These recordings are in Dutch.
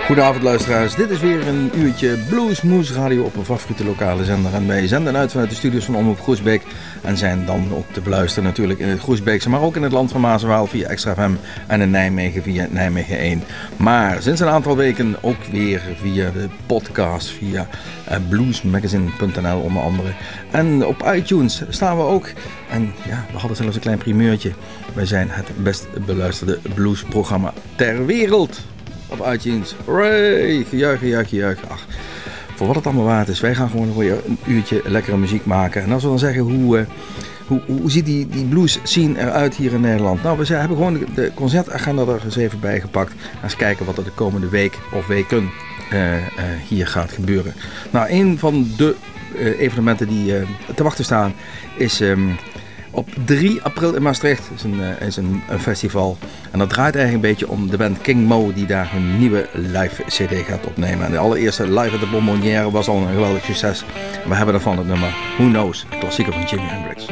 Goedenavond luisteraars, dit is weer een uurtje Bluesmoes Radio op een favoriete lokale zender. En wij zenden uit vanuit de studios van Omroep Groesbeek en zijn dan ook te beluisteren natuurlijk in het Groesbeekse, maar ook in het land van Maas en Waal via Extra FM en in Nijmegen via Nijmegen 1. Maar sinds een aantal weken ook weer via de podcast, via bluesmagazine.nl onder andere. En op iTunes staan we ook. En ja, we hadden zelfs een klein primeurtje. Wij zijn het best beluisterde bluesprogramma ter wereld. Op iTunes. Hooray! Gejuich, gejuich, gejuich. Ach, voor wat het allemaal waard is. Wij gaan gewoon weer een uurtje lekkere muziek maken. En als we dan zeggen, hoe ziet die blues scene eruit hier in Nederland? Nou, we hebben gewoon de concertagenda er eens even bij gepakt. En eens kijken wat er de komende week of weken hier gaat gebeuren. Nou, een van de evenementen die te wachten staan is... op 3 april in Maastricht is een festival. En dat draait eigenlijk een beetje om de band King Mo die daar hun nieuwe live cd gaat opnemen. En de allereerste live at de Bonbonnière was al een geweldig succes. En we hebben daarvan het nummer Who Knows, een klassieker van Jimi Hendrix.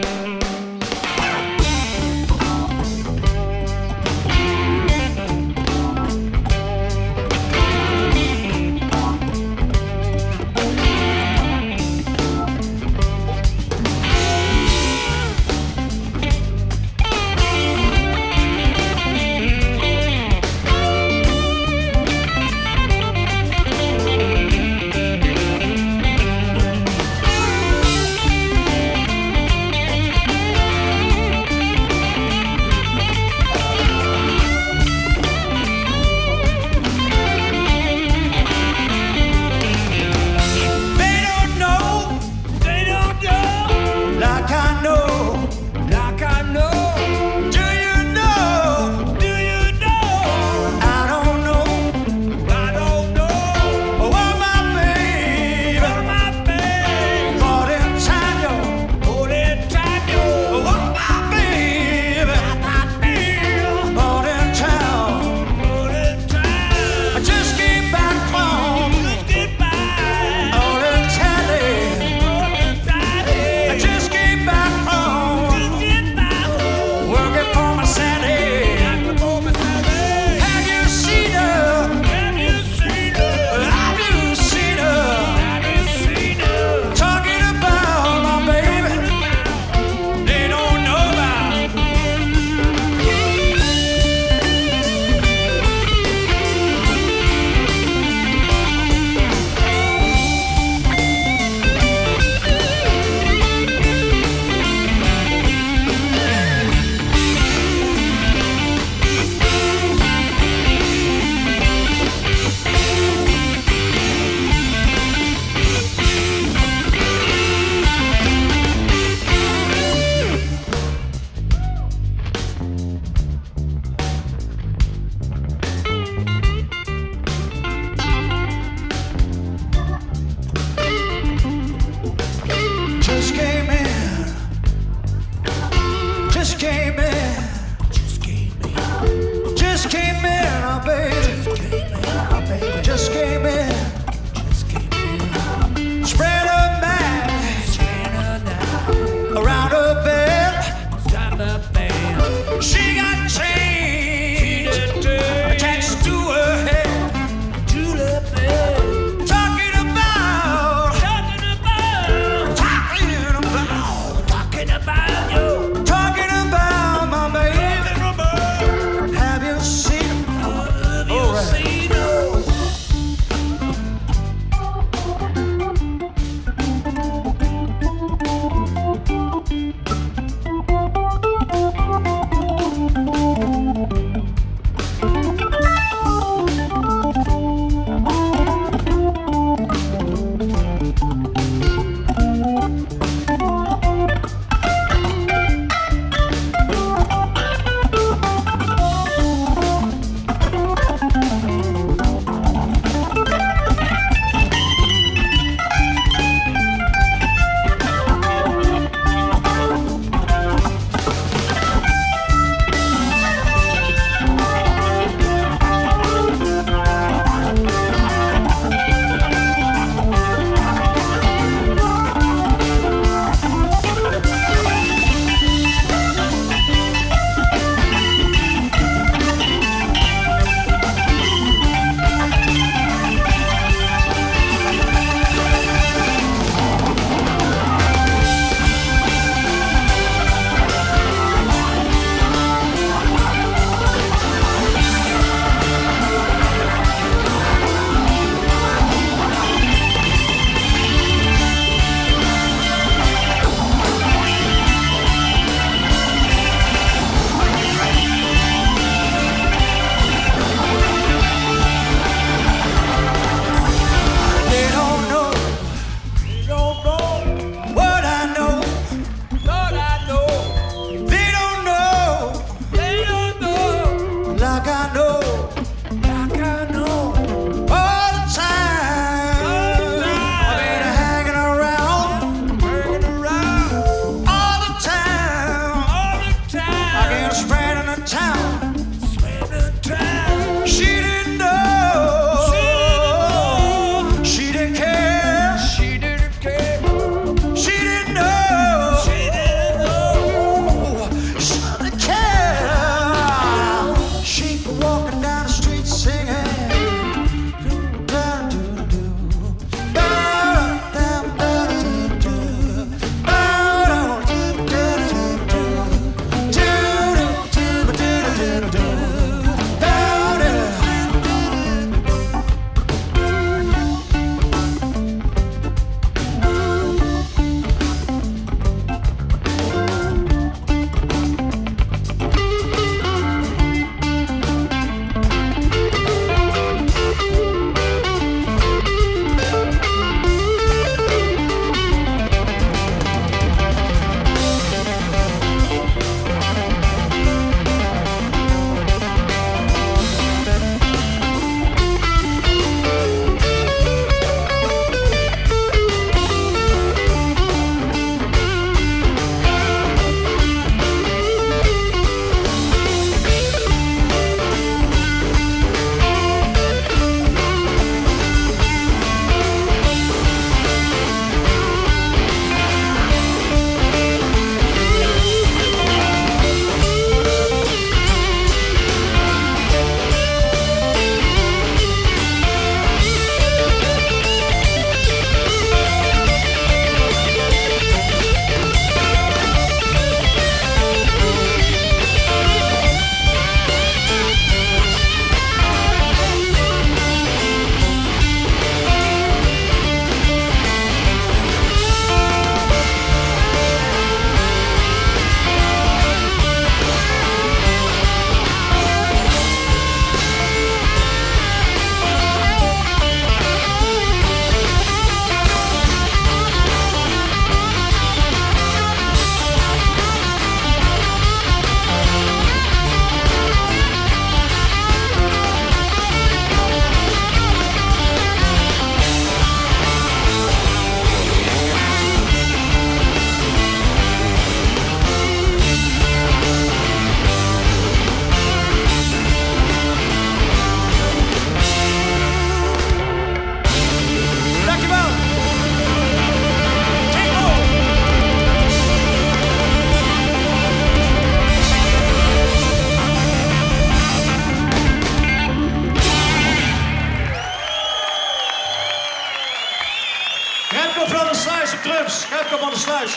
drums, Remco van der Sluis.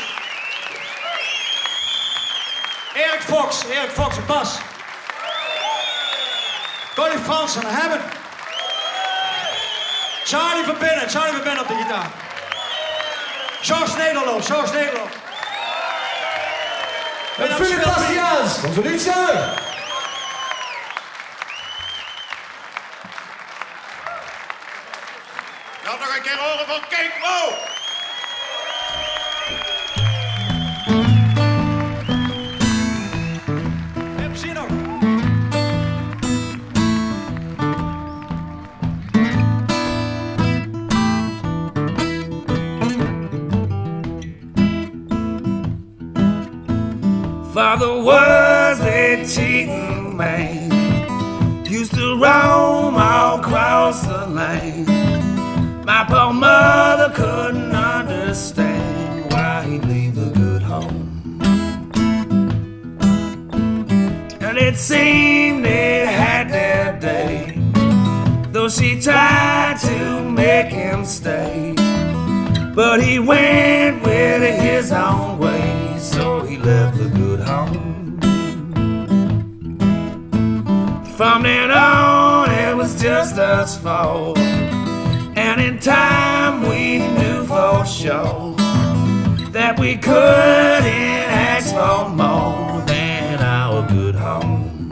Erik Fox op bas. Connie Frans aan Hammond. Charlie van Binnen op de gitaar. Georges Nederlof. En Philip Bastiaans, onze liedzanger. Laat nog een keer horen van Kate Mo. Heb je nog? Father was a cheating man, used to roam all across the land. My poor mother couldn't understand why he'd leave a good home. And it seemed it had their day, though she tried to make him stay. But he went with his own way, so he left the good home. From then on, it was just us four, and in time we knew for sure that we couldn't ask for more than our good home.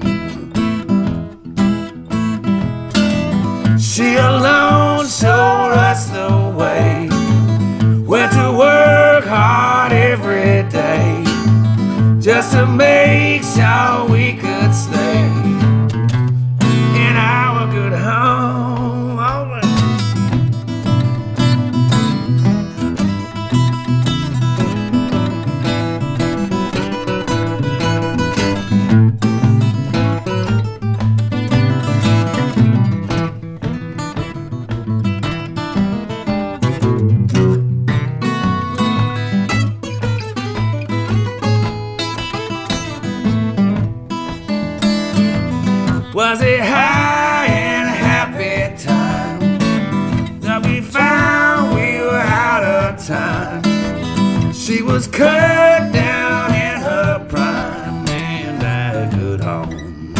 She alone showed us the way, where to work hard every day, just to make sure we could stay in our good home. All right. Was it high and happy time that we found we were out of time? She was cut down in her prime and I had good home.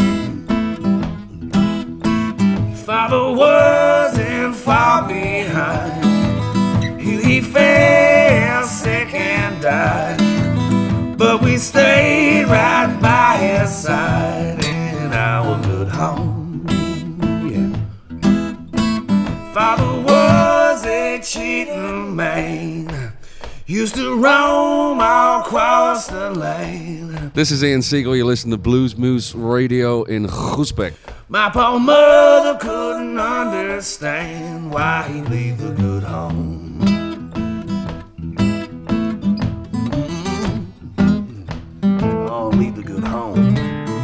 Father wasn't far behind. He fell sick and died, but we stayed right by his side in our good home. Yeah. Father was a cheating man, used to roam all across the land. This is Ian Siegel. You listen to Blues Moose Radio in Groesbeek. My poor mother couldn't understand why he'd leave the good home. Oh, leave the good home.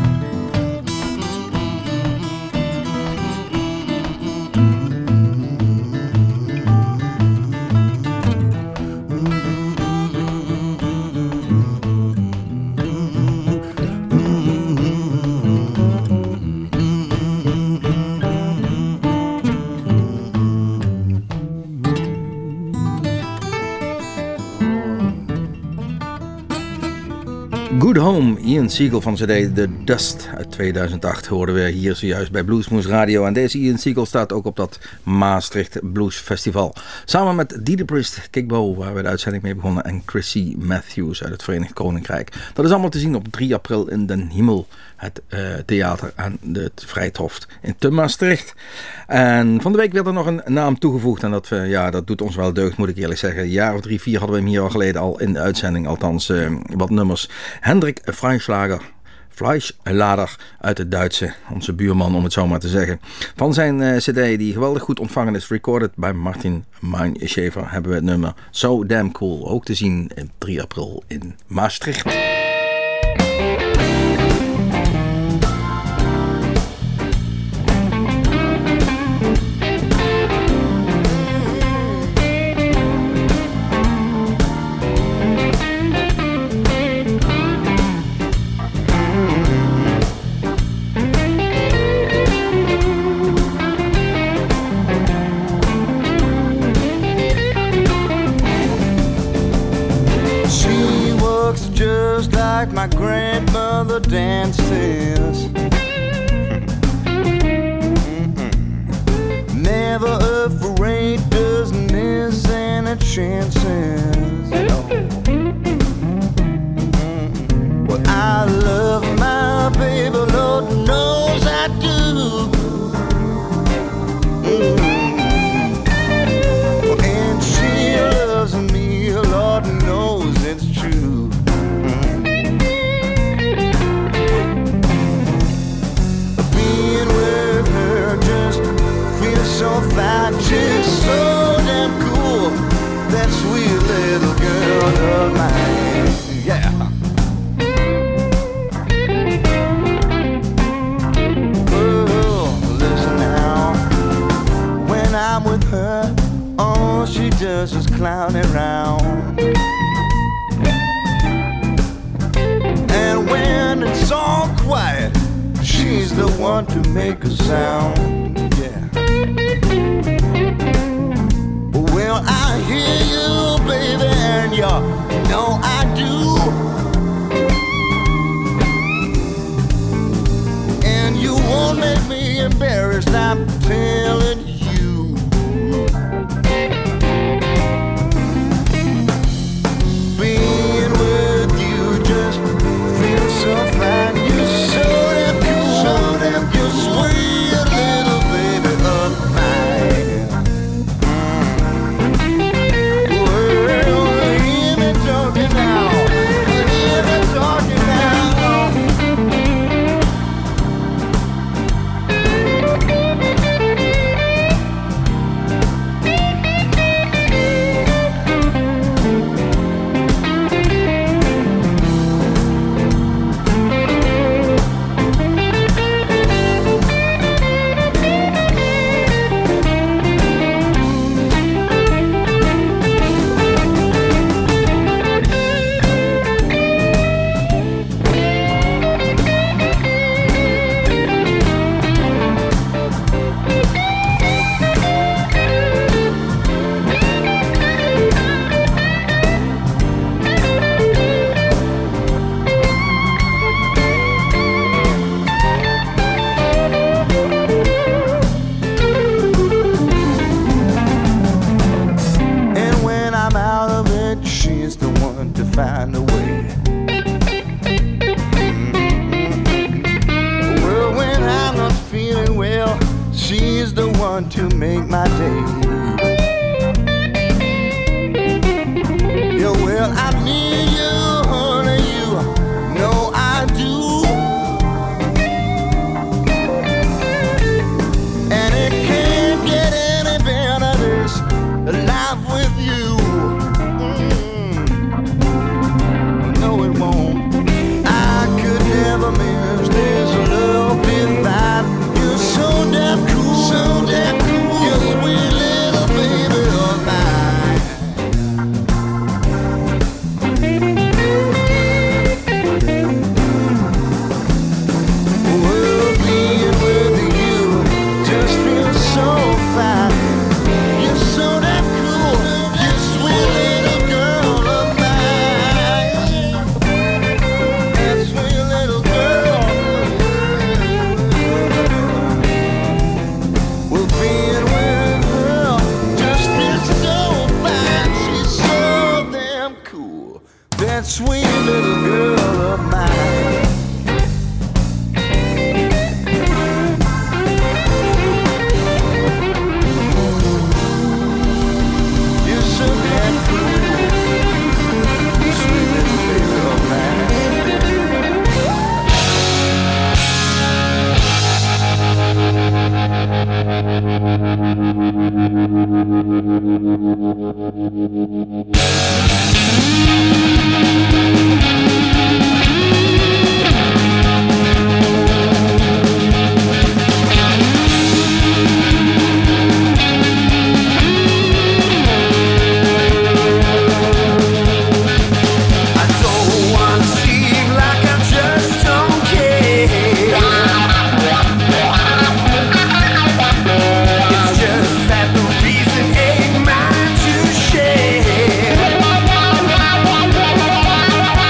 Good Home, Ian Siegel van CD The Dust uit 2008 hoorden we hier zojuist bij Bluesmoose Radio. En deze Ian Siegel staat ook op dat Maastricht Blues Festival. Samen met Dee Priest, Kickbo, waar we de uitzending mee begonnen, en Chrissy Matthews uit het Verenigd Koninkrijk. Dat is allemaal te zien op 3 april in Den Himmel, het theater aan het Vrijthof in te Maastricht. En van de week werd er nog een naam toegevoegd en dat doet ons wel deugd, moet ik eerlijk zeggen. Een jaar of 3, 4 hadden we hem hier al geleden al in de uitzending, althans wat nummers. Hendrik Fleischlader uit het Duitse, onze buurman om het zo maar te zeggen. Van zijn cd die geweldig goed ontvangen is, recorded bij Martin Meinschaefer, hebben we het nummer So Damn Cool ook te zien in 3 april in Maastricht. my grandmother dances. Never afraid, doesn't miss any chances. Well, I love my baby, Lord knows I do. And she loves me, Lord knows it's true. Being with her just feels so fine. She's so damn cool, that sweet little girl of mine. Yeah. I'm with her, all she does is clown around. And when it's all quiet, she's the one to make a sound. Yeah. Well, I hear you, baby, and you know I do. And you won't make me embarrassed, I'm telling you. Being with you just feels so fine. You're so damn cool, so damn cool, sweet little baby of mine. Well, hear me talking now, hear me talking now. Find a way. Well, when I'm not feeling well, she's the one to make my day. Yeah, well, I need you, honey, you know I do. And it can't get any better, this life with you. Never miss this love divine. You're so damn cool, so damn cool. You're sweet little baby of mine. Well, being with you just feels so fine. You're so damn cool. You're sweet little girl of mine. And sweet little girl. Well, being with her just feels so fine. She's so damn cool. That sweet little girl of mine. You're so damn cool. Sweet little baby of mine. I don't want to seem like I just don't care. It's just that the reason ain't mine to share.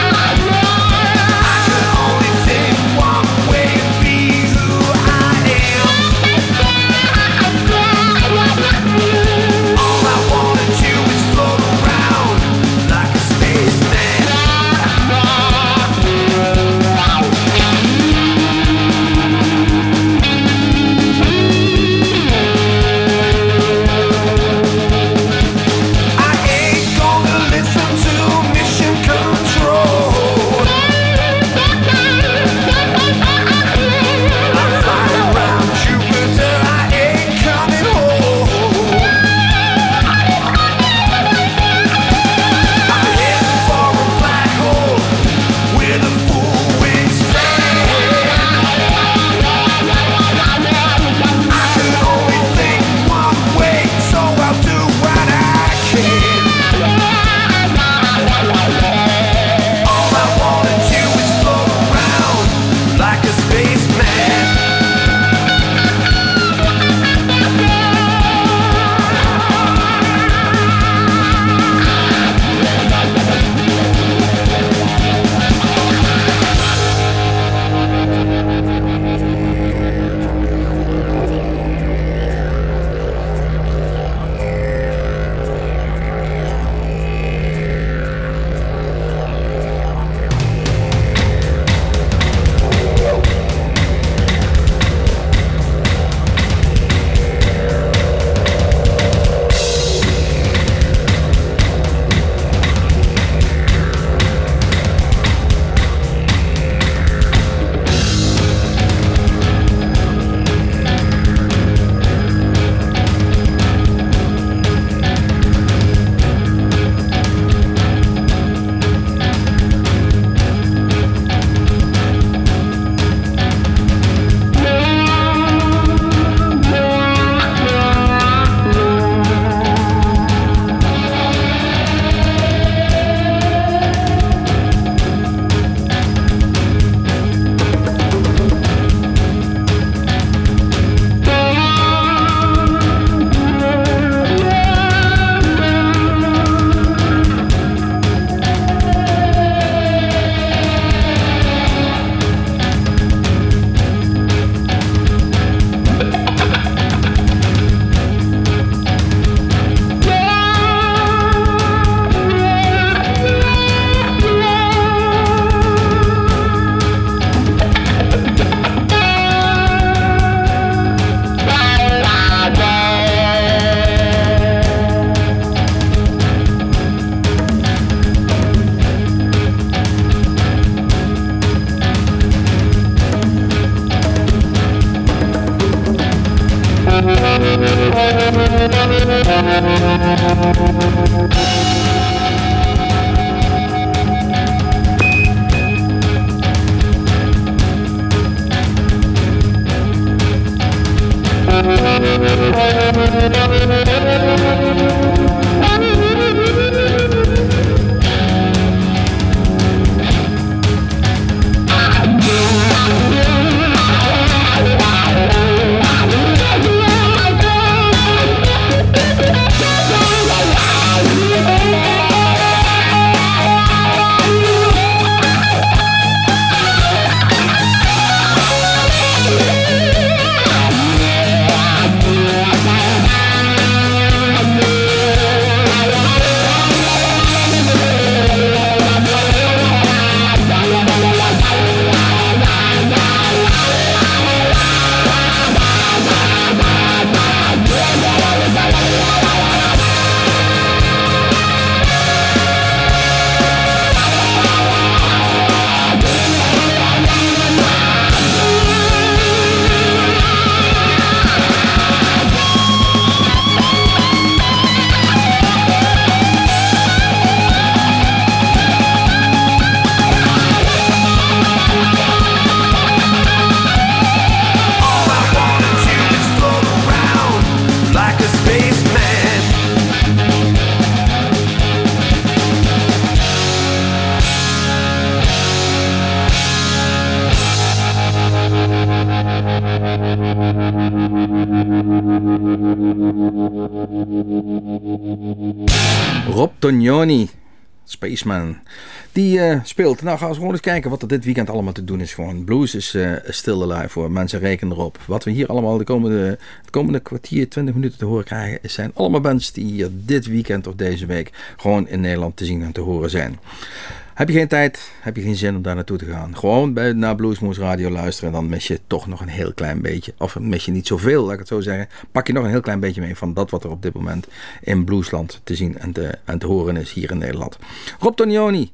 Rob Tognoni, Spaceman, die speelt. Nou, gaan we gewoon eens kijken wat er dit weekend allemaal te doen is. Gewoon blues is still alive voor mensen, rekenen erop. Wat we hier allemaal de komende kwartier, 20 minuten te horen krijgen, zijn allemaal bands die hier dit weekend of deze week gewoon in Nederland te zien en te horen zijn. Heb je geen tijd, heb je geen zin om daar naartoe te gaan? Gewoon naar Bluesmoose Radio luisteren en dan mis je toch nog een heel klein beetje. Of mis je niet zoveel, laat ik het zo zeggen. Pak je nog een heel klein beetje mee van dat wat er op dit moment in Bluesland te zien en te horen is hier in Nederland. Rob Tognoni,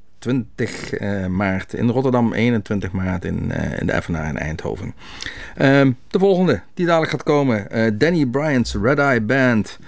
20 maart in Rotterdam, 21 maart in de Effenaar in Eindhoven. De volgende die dadelijk gaat komen, Danny Bryant's Red Eye Band.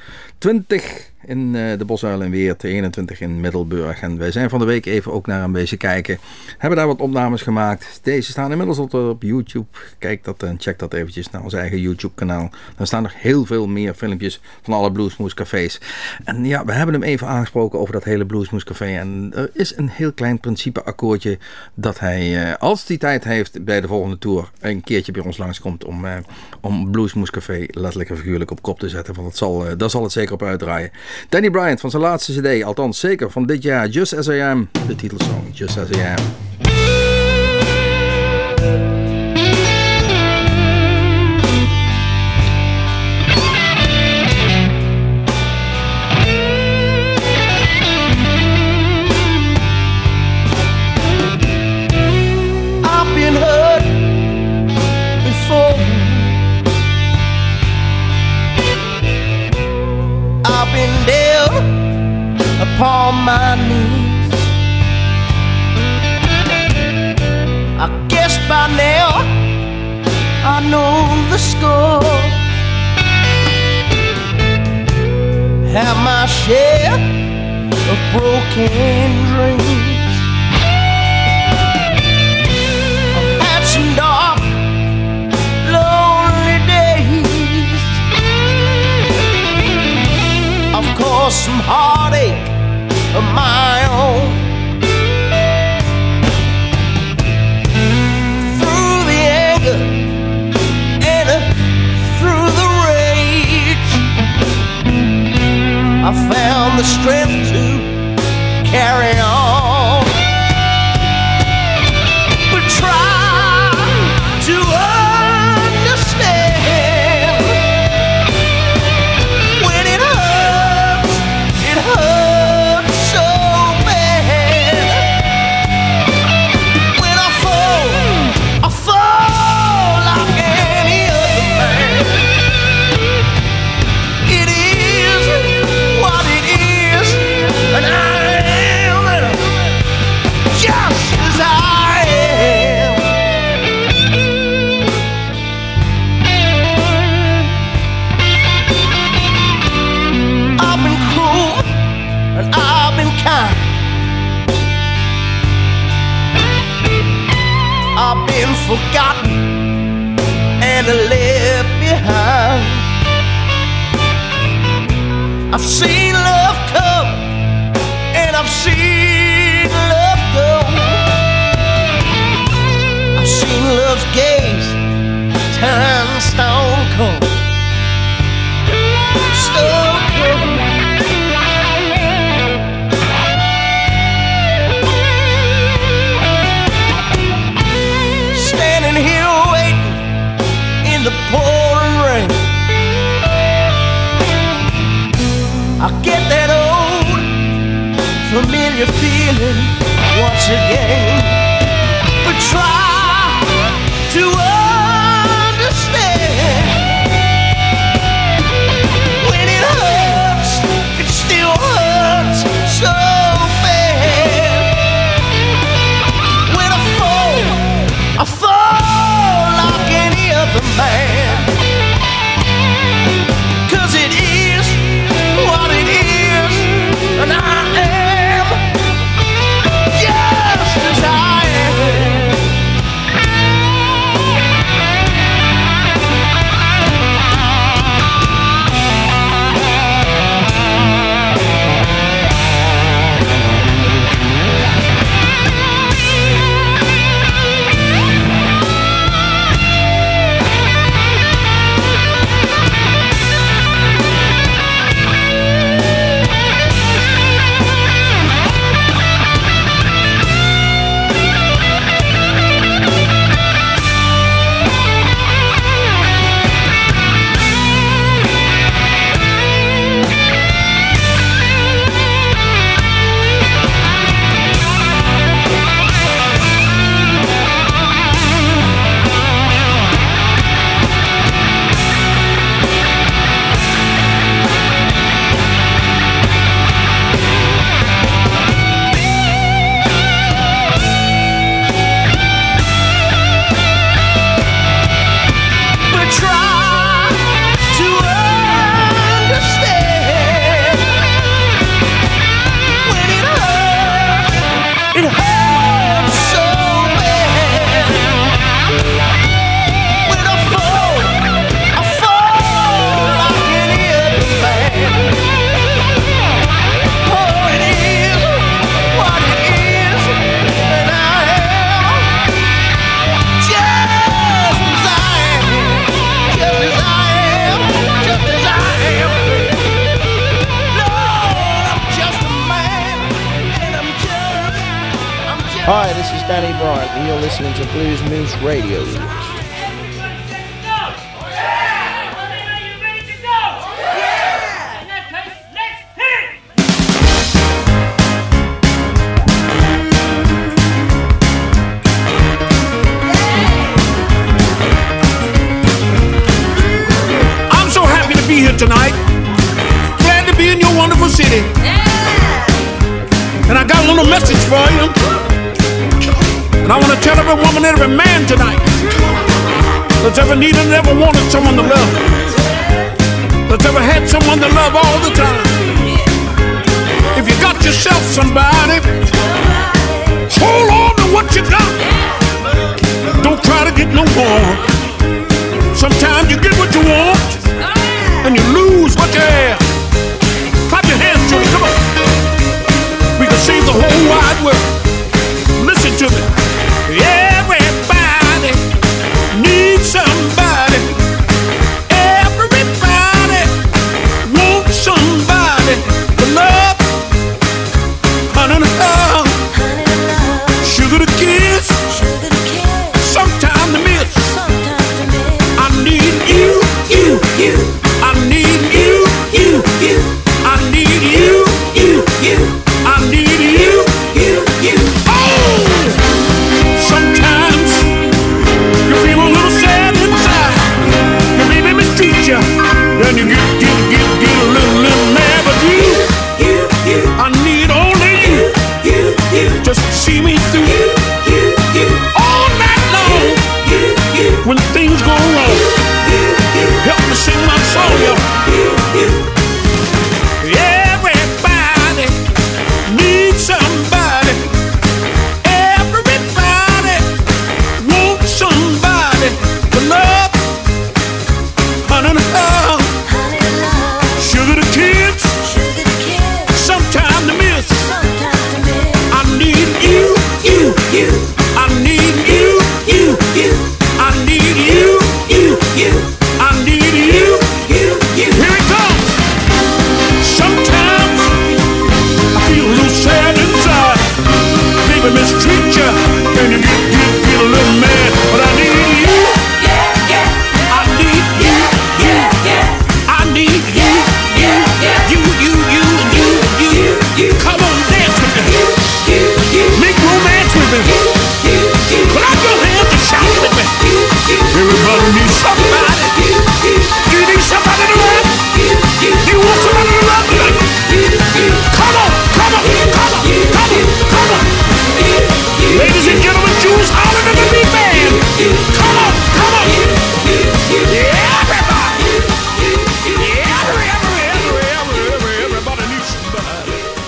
20 in de Bosuil en Weert, 21 in Middelburg. En wij zijn van de week even ook naar een beetje kijken. Hebben daar wat opnames gemaakt. Deze staan inmiddels op YouTube. Kijk dat en check dat eventjes naar ons eigen YouTube kanaal. Daar staan nog heel veel meer filmpjes van alle Bluesmoose cafés. En ja, we hebben hem even aangesproken over dat hele Bluesmoose café. En er is een heel klein principe akkoordje dat hij, als hij tijd heeft bij de volgende tour, een keertje bij ons langskomt om Bluesmoose café letterlijk en figuurlijk op kop te zetten. Want daar zal het zeker op uitdraaien. Danny Bryant van zijn laatste cd, althans zeker van dit jaar, Just As I Am, de titelsong, Just As I Am. I've been hurt before. I've been down upon my knees. I guess by now I know the score. Have my share of broken dreams. I've had some dark, lonely days. Of course, some heartache of my own. Through the anger and through the rage, I found the strength to carry on. But try to understand. When it hurts so bad. When I fall like any other man. It is what it is, and I am forgotten and left behind. I've seen love come and I've seen love go. I've seen love's gaze turn stone cold. Stone cold. Standing here waiting in the pouring rain, I get that old familiar feeling once again. But try to understand, when it hurts, it still hurts so bad. When I fall like any other man. 'Cause it is what it is, and I am just as I am. Hi, this is Danny Bryant, and you're listening to Blues Moose Radio. I'm so happy to be here tonight. Glad to be in your wonderful city. And I got a little message for you. And I want to tell every woman and every man tonight that's ever needed and ever wanted someone to love, that's ever had someone to love all the time. If you got yourself somebody, hold on to what you got. Don't try to get no more. Sometimes you get what you want and you lose what you have. Clap your hands, Julie, come on. We can save the whole wide world. Listen to me. Everybody needs somebody. Everybody wants somebody to love. Honey to love. Sugar to kiss. Sometimes to miss. I need you, you, you. I need you, you.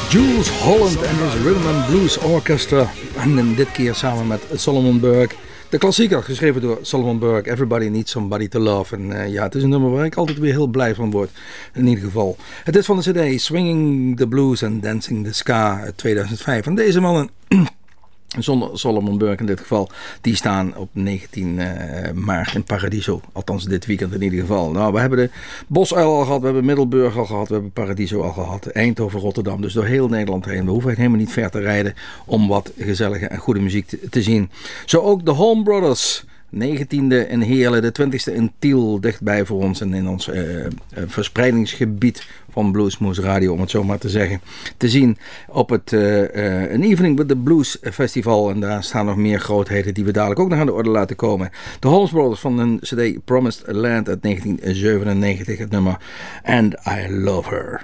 Jules Holland en his Rhythm and Blues Orchestra. En dit keer samen met Solomon Burke. De klassieker, geschreven door Solomon Burke. Everybody Needs Somebody to Love. En ja, het is een nummer waar ik altijd weer heel blij van word. In ieder geval. Het is van de cd Swinging the Blues and Dancing the Ska uit 2005. En deze mannen... Zonder Solomon Burke in dit geval. Die staan op 19 maart in Paradiso. Althans dit weekend in ieder geval. Nou, we hebben de Bosuil al gehad. We hebben Middelburg al gehad. We hebben Paradiso al gehad. Eindhoven, Rotterdam. Dus door heel Nederland heen. We hoeven helemaal niet ver te rijden. Om wat gezellige en goede muziek te zien. Zo ook de Holm Brothers. 19e in Heerlen, de 20e in Tiel, dichtbij voor ons en in ons verspreidingsgebied van Bluesmoose Radio, om het zo maar te zeggen, te zien op het An Evening with the Blues Festival. En daar staan nog meer grootheden die we dadelijk ook nog aan de orde laten komen. De Holmes Brothers van hun cd Promised Land uit 1997, het nummer And I Love Her.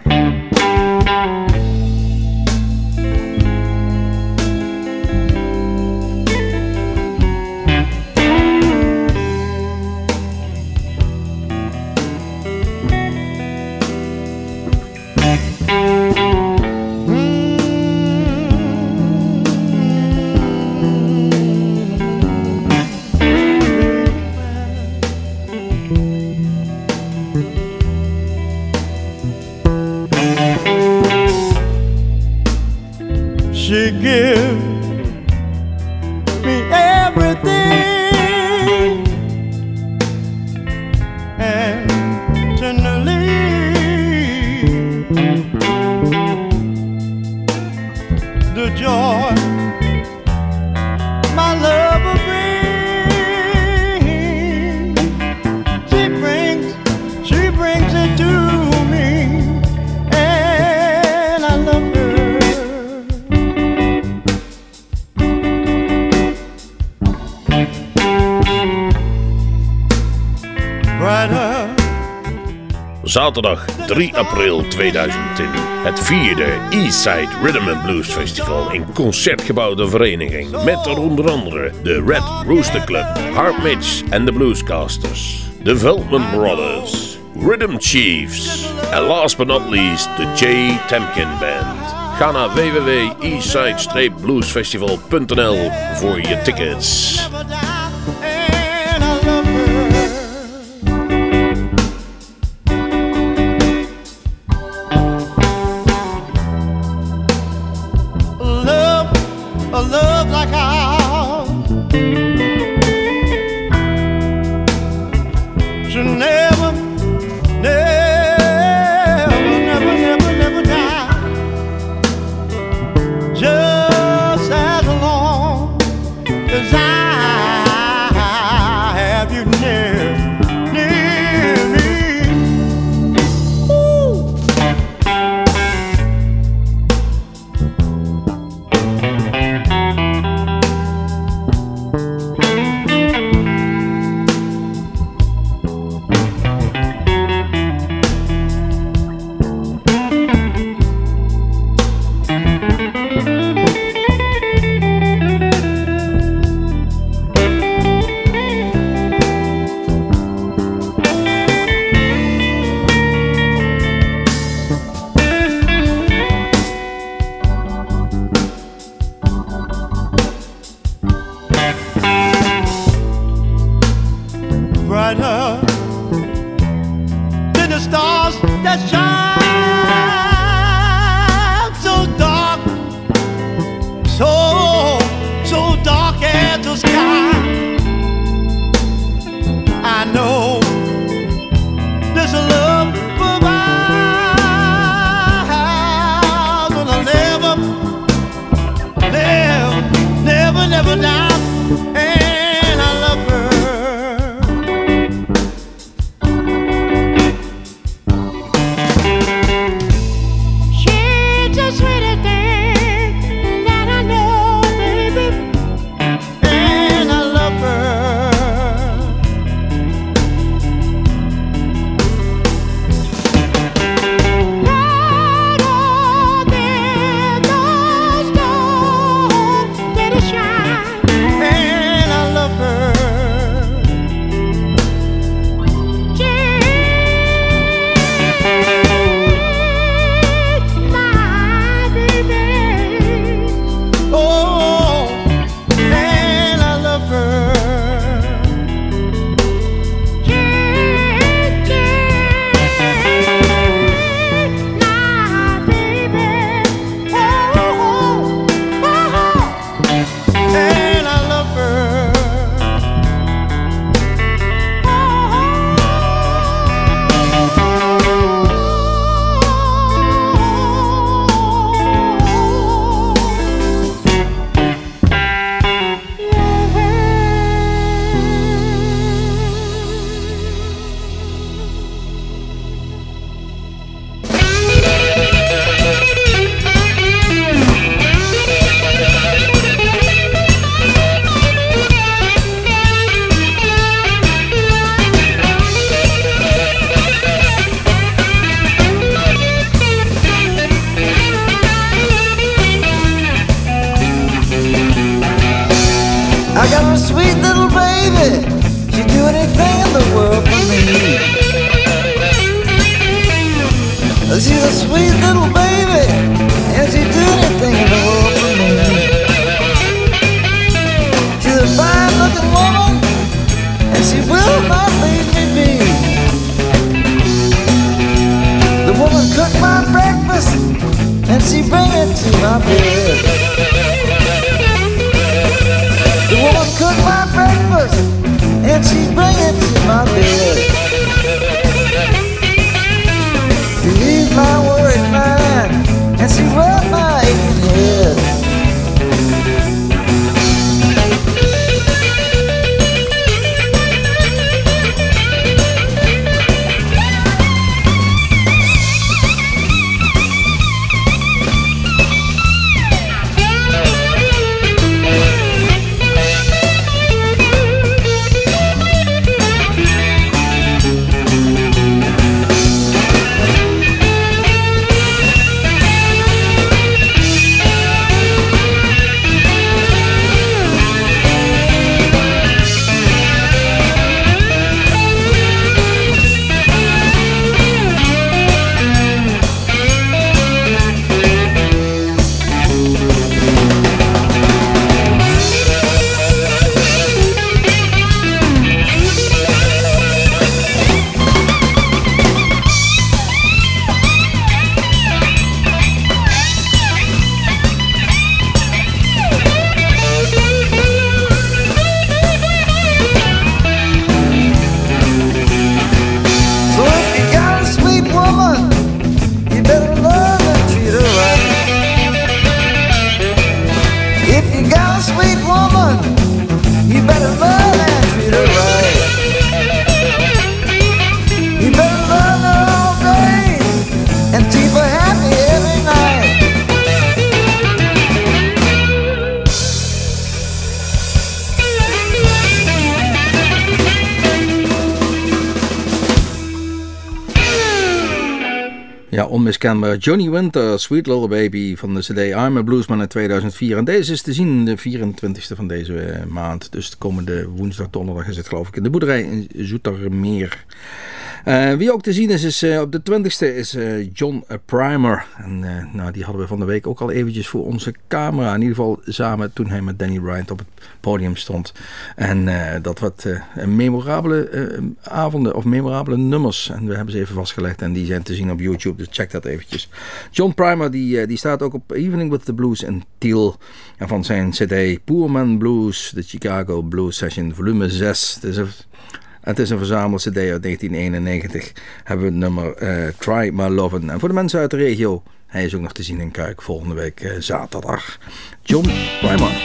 She gives me everything and tenderly the joy my love will bring. She brings it to me, and I love her. Zaterdag 3 april 2010. Het 4e Eastside Rhythm and Blues Festival in Concertgebouw de Vereniging. Met er onder andere de Red Rooster Club, Hard Mitch en de Bluescasters. De Veldman Brothers, Rhythm Chiefs en last but not least de J. Temkin Band. Ga naar www.eastside-bluesfestival.nl voor je tickets. A love like ours should never, never, never, never, never die. Just as long as I a sweet little baby, and she'd do anything in the world for me. She's a fine looking woman, and she will not leave me be. The woman cooked my breakfast, and she bring it to my bed. The woman cooked my breakfast, and she bring it to my bed. Relieve my worried mind, and she rub my aching head. Ja, onmiskenbaar. Johnny Winter, Sweet Little Baby van de CD I'm a Bluesman uit 2004. En deze is te zien de 24e van deze maand. Dus de komende woensdag, donderdag is het geloof ik in de boerderij in Zoetermeer. Wie ook te zien is op de 20e is John Primer. En nou, die hadden we van de week ook al eventjes voor onze camera. In ieder geval samen toen hij met Danny Bryant op het podium stond. En dat wat memorabele avonden of memorabele nummers. En we hebben ze even vastgelegd en die zijn te zien op YouTube. Dus check dat eventjes. John Primer die staat ook op Evening with the Blues in Tiel. En van zijn CD Poor Man Blues, de Chicago Blues Session volume 6. Het is een verzamel-cd uit 1991. Hebben we het nummer Try My Lovin'. En voor de mensen uit de regio, hij is ook nog te zien in Kuik volgende week zaterdag. John Primer.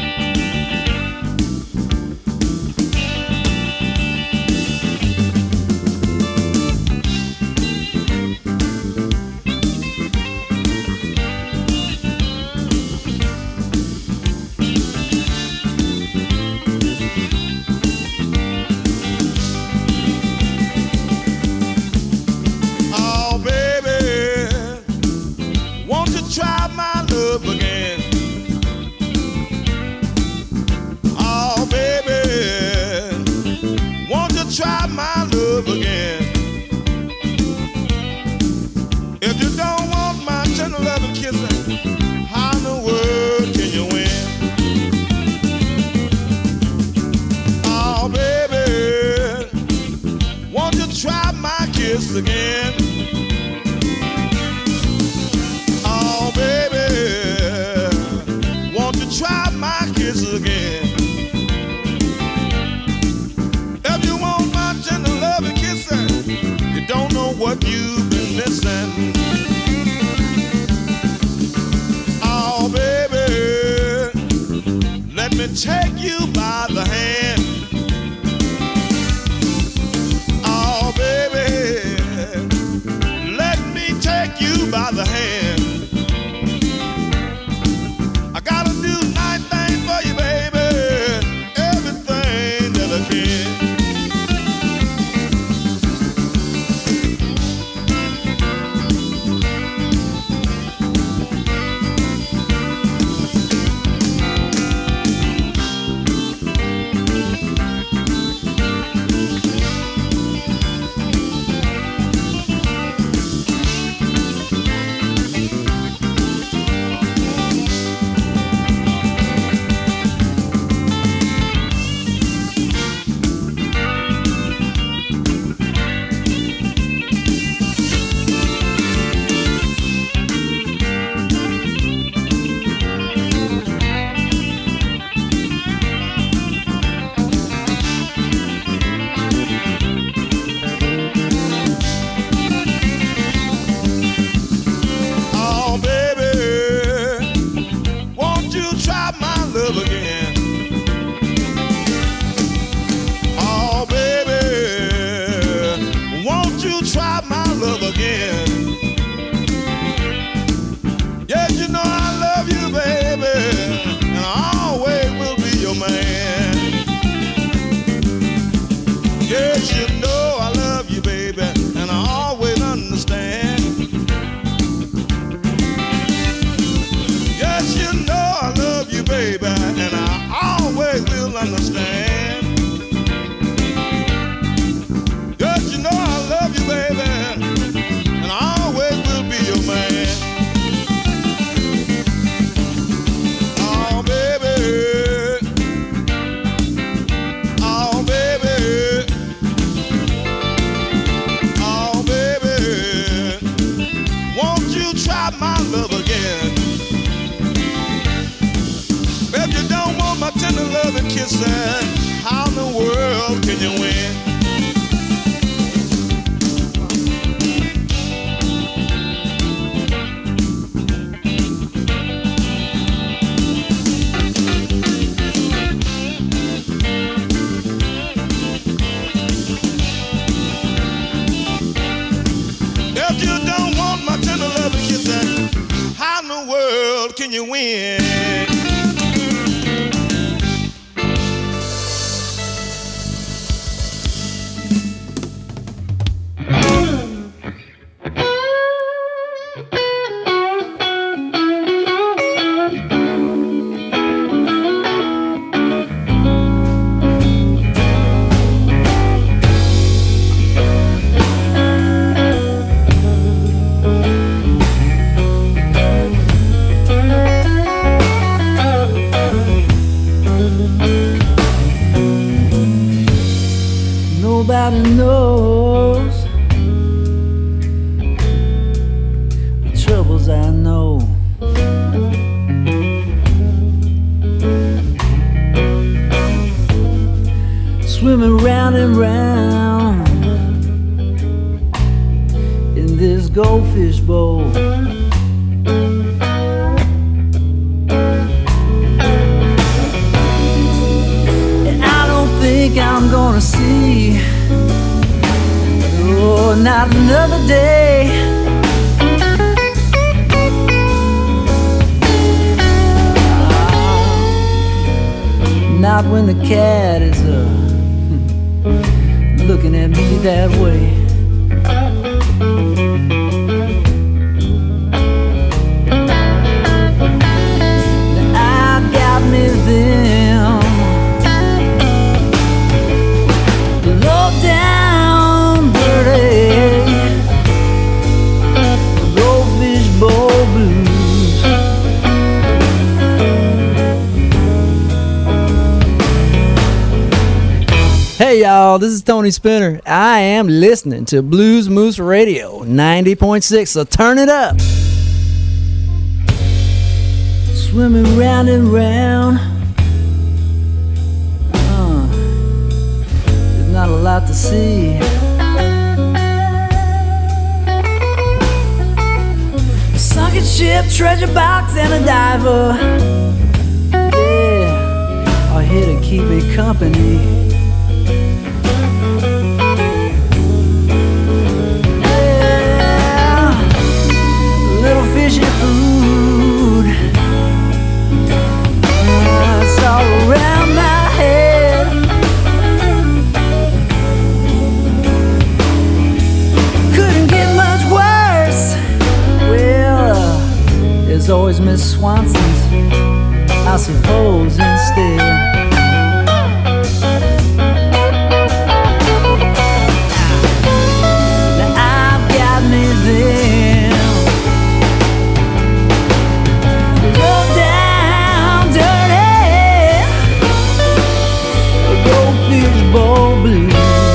Again. Oh, baby, won't you try my kiss again? If you want my tender love and kissing, you don't know what you've been missing. Oh, baby, let me take you by the hand. Oh, baby, take you by the hand. I gotta do the night thing for you, baby. Everything that I can. you try my love again. If you don't want my tender love and kissing, how in the world can you win? If you don't want my tender love and kissing, how in the world can you win? Nobody knows the troubles I know. Swimming round and round in this goldfish bowl. And I don't think I'm gonna see, oh, not another day. Not when the cat is looking at me that way. Now I got me them low down dirty goldfish bowl blues. Hey y'all, this is Tony Spinner. I am listening to Blues Moose Radio 90.6, so turn it up. Swimming round and round. There's not a lot to see. Sunken ship, treasure box, and a diver. Yeah, are here to keep me company. Fishy food, it's all around my head. Couldn't get much worse. Well, there's always Miss Swanson's, I suppose, instead. Now I've got me there. Bowl blues.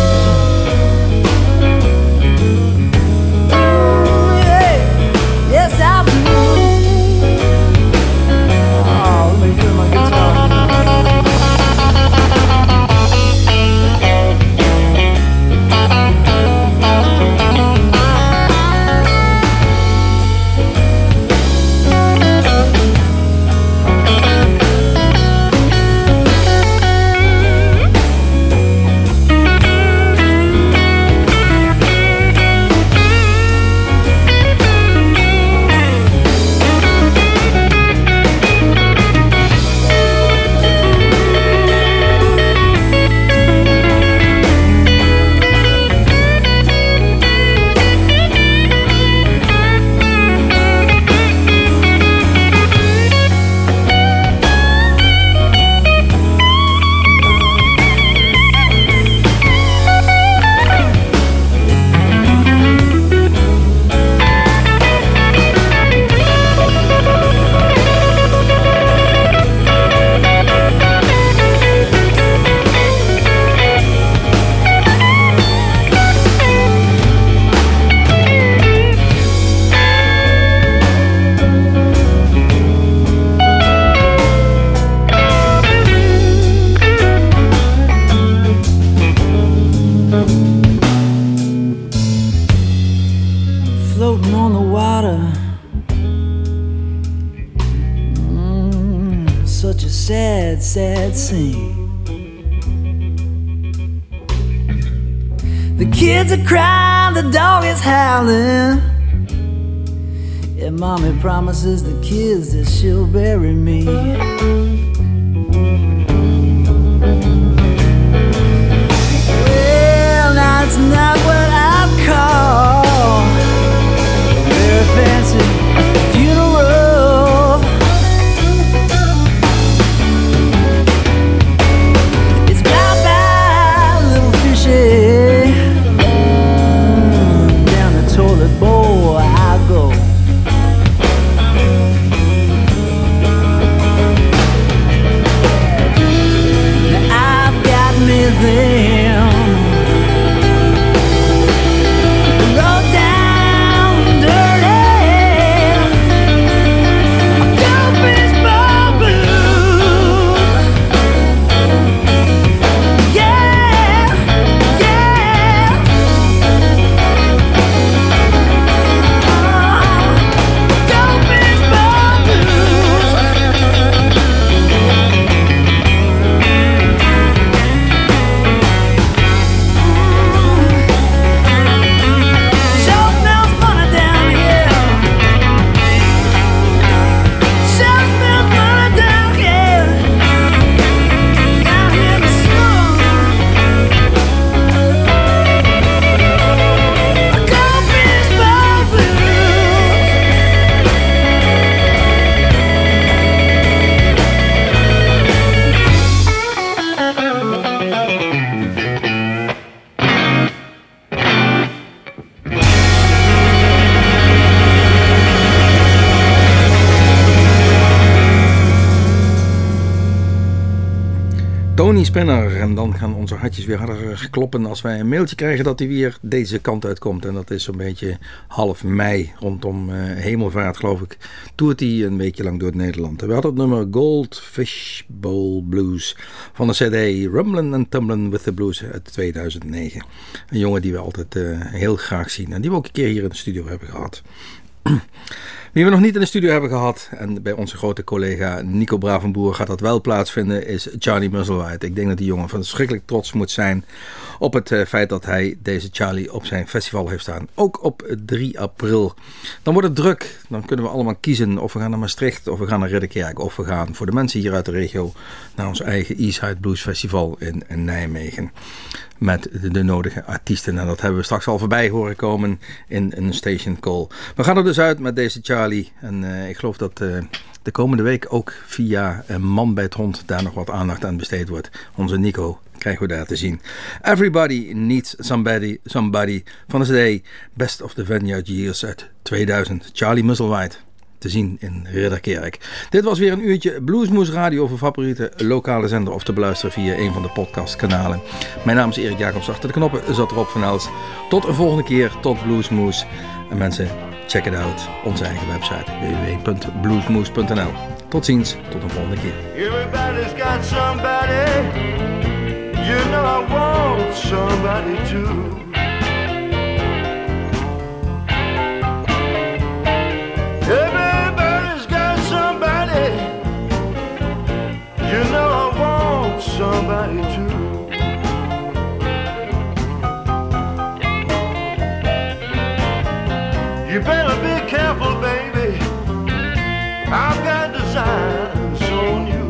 Yeah. Yes, I do. Oh, let me put my guitar in. Such a sad, sad scene. The kids are crying, the dog is howling. And mommy promises the kids that she'll bury me. Well, now it's not what I call a very fancy funeral. It's bye-bye, little fishy. Down the toilet bowl I go. Tony Spinner. En dan gaan onze hartjes weer harder kloppen als wij een mailtje krijgen dat hij weer deze kant uitkomt. En dat is zo'n beetje half mei, rondom Hemelvaart geloof ik, toert hij een weekje lang door Nederland. En we hadden het nummer Goldfish Bowl Blues van de CD Rumblin' and Tumblin' with the Blues uit 2009. Een jongen die we altijd heel graag zien en die we ook een keer hier in de studio hebben gehad. Wie we nog niet in de studio hebben gehad, en bij onze grote collega Nico Bravenboer gaat dat wel plaatsvinden, is Charlie Musselwhite. Ik denk dat die jongen verschrikkelijk trots moet zijn op het feit dat hij deze Charlie op zijn festival heeft staan. Ook op 3 april. Dan wordt het druk. Dan kunnen we allemaal kiezen of we gaan naar Maastricht, of we gaan naar Ridderkerk, of we gaan voor de mensen hier uit de regio naar ons eigen Eastside Blues Festival in Nijmegen. Met de nodige artiesten. En dat hebben we straks al voorbij horen komen in een station call. We gaan er dus uit met deze Charlie. En ik geloof dat de komende week ook via een Man bij het Hond daar nog wat aandacht aan besteed wordt. Onze Nico krijgen we daar te zien. Everybody Needs Somebody van de CD Best of the Vineyard Years uit 2000. Charlie Musselwhite. Te zien in Ridderkerk. Dit was weer een uurtje Bluesmoose Radio voor favoriete lokale zender of te beluisteren via een van de podcastkanalen. Mijn naam is Erik Jacobs, achter de knoppen zat Rob van Els. Tot een volgende keer, tot Bluesmoose. En mensen, check it out, onze eigen website www.bluesmoose.nl. Tot ziens, tot een volgende keer. Everybody's got somebody, you know I want somebody too. Everybody's got somebody, you know I want somebody too. You better be careful, baby, I've got designs on you.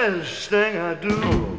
best thing I do.